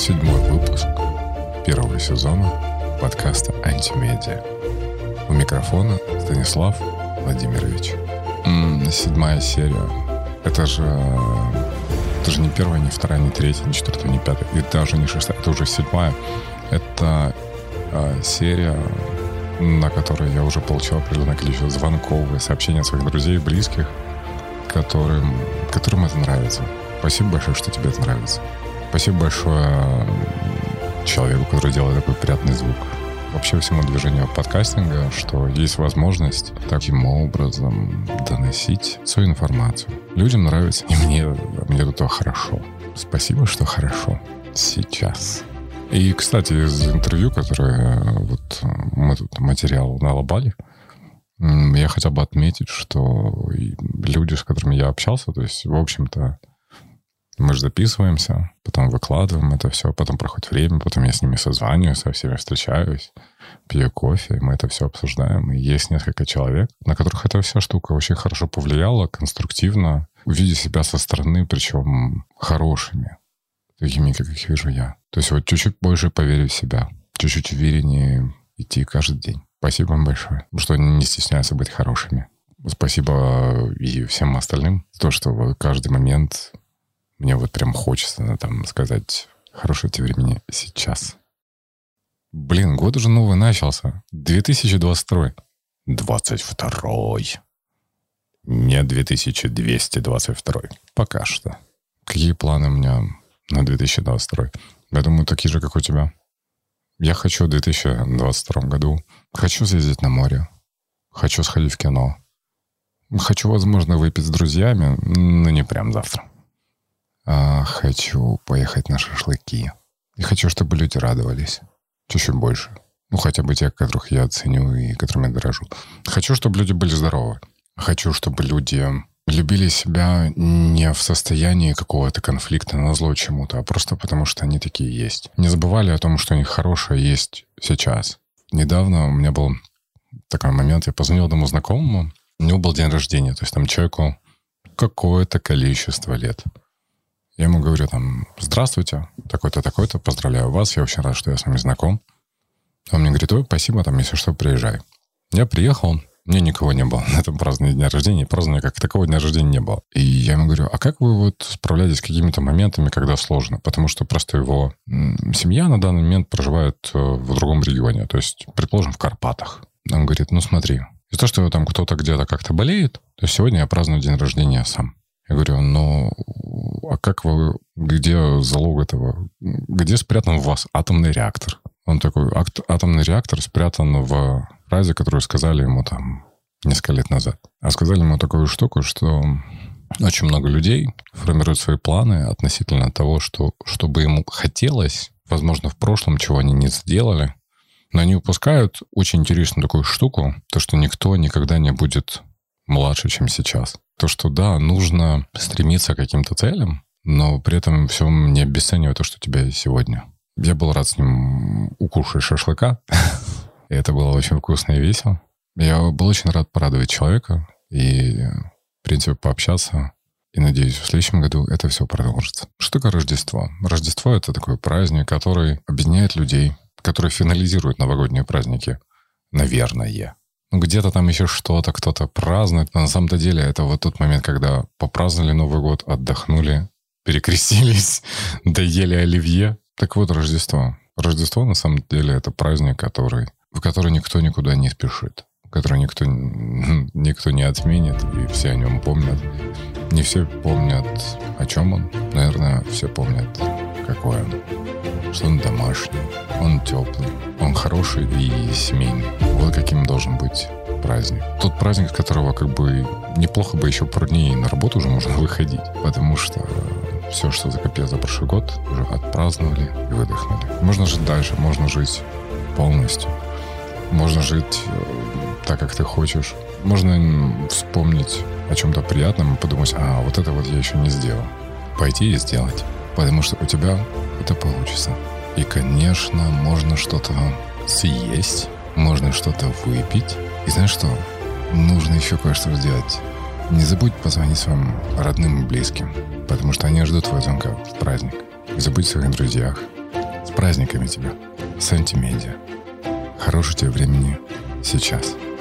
7-й выпуск первого сезона подкаста «Антимедиа». У микрофона Станислав Владимирович. 7-я серия. Это же не первая, не вторая, не третья, не четвертая, не пятая, и даже не шестая. Это уже 7-я. Это серия, на которой я уже получил определенное количество звонков и сообщений от своих друзей и близких, которым это нравится. Спасибо большое, что тебе это нравится. Спасибо большое человеку, который делает такой приятный звук. Вообще всему движению подкастинга, что есть возможность таким образом доносить свою информацию. Людям нравится, и мне тут хорошо. Спасибо, что хорошо. Сейчас. И, кстати, из интервью, которое мы тут материал налобали, я хотел бы отметить, что люди, с которыми я общался, то есть, в общем-то, мы же записываемся, потом выкладываем это все, потом проходит время, потом я с ними созваниваюсь, со всеми встречаюсь, пью кофе, мы это все обсуждаем. И есть несколько человек, на которых эта вся штука очень хорошо повлияла, конструктивно, увидев себя со стороны, причем хорошими, такими, как их вижу я. То есть вот чуть-чуть больше поверить в себя, чуть-чуть увереннее идти каждый день. Спасибо вам большое, что не стесняются быть хорошими. Спасибо и всем остальным за то, что каждый момент... Мне вот прям хочется сказать хорошего тебе времени сейчас. Год уже новый начался. 2022. 22. Не 2222. Пока что. Какие планы у меня на 2022? Я думаю, такие же, как у тебя. Я хочу в 2022 году. Хочу съездить на море. Хочу сходить в кино. Хочу, возможно, выпить с друзьями, но не прям завтра. Хочу поехать на шашлыки. И хочу, чтобы люди радовались. Чуть-чуть больше. Хотя бы те, которых я ценю и которыми я дорожу. Хочу, чтобы люди были здоровы. Хочу, чтобы люди любили себя не в состоянии какого-то конфликта назло чему-то, а просто потому, что они такие есть. Не забывали о том, что у них хорошее есть сейчас. Недавно у меня был такой момент, я позвонил одному знакомому, у него был день рождения, то есть человеку какое-то количество лет. Я ему говорю здравствуйте, такой-то, такой-то, поздравляю вас, я очень рад, что я с вами знаком. Он мне говорит, ой, спасибо, если что, приезжай. Я приехал, мне никого не было на этом праздновании дня рождения, празднования как такого дня рождения не было. И я ему говорю, а как вы справляетесь с какими-то моментами, когда сложно? Потому что просто его семья на данный момент проживает в другом регионе, то есть, предположим, в Карпатах. Он говорит, смотри, из-за того, что кто-то где-то как-то болеет, то сегодня я праздную день рождения сам. Я говорю, а как вы, где залог этого? Где спрятан у вас атомный реактор? Он такой, атомный реактор спрятан в фразе, которую сказали ему несколько лет назад. А сказали ему такую штуку, что очень много людей формируют свои планы относительно того, что бы ему хотелось, возможно, в прошлом, чего они не сделали, но они упускают очень интересную такую штуку, то, что никто никогда не будет младше, чем сейчас. То, что да, нужно стремиться к каким-то целям, но при этом всем не обесценивая то, что у тебя есть сегодня. Я был рад с ним укушать шашлыка. И это было очень вкусно и весело. Я был очень рад порадовать человека и, в принципе, пообщаться. И надеюсь, в следующем году это все продолжится. Что такое Рождество? Рождество — это такой праздник, который объединяет людей, который финализирует новогодние праздники. Наверное. Где-то еще что-то, кто-то празднует. Но на самом-то деле это тот момент, когда попраздновали Новый год, отдохнули, перекрестились, доели оливье. Так вот, Рождество. Рождество, на самом деле, это праздник, в который никто никуда не спешит, который никто не отменит, и все о нем помнят. Не все помнят, о чем он. Наверное, все помнят, какой он. Что он домашний, он теплый, он хороший и семейный. Вот каким должен быть праздник. Тот праздник, с которого неплохо бы еще пару дней на работу уже можно выходить, потому что все, что закопилось за прошлый год, уже отпраздновали и выдохнули. Можно жить дальше, можно жить полностью. Можно жить так, как ты хочешь. Можно вспомнить о чем-то приятном и подумать, вот это я еще не сделал. Пойти и сделать. Потому что у тебя это получится. И, конечно, можно что-то съесть, можно что-то выпить. И знаешь что? Нужно еще кое-что сделать. Не забудь позвонить своим родным и близким, потому что они ждут твоего звонка в праздник. Не забудь о своих друзьях, праздниками тебя. Сантимедиа. Хорошего тебе времени сейчас.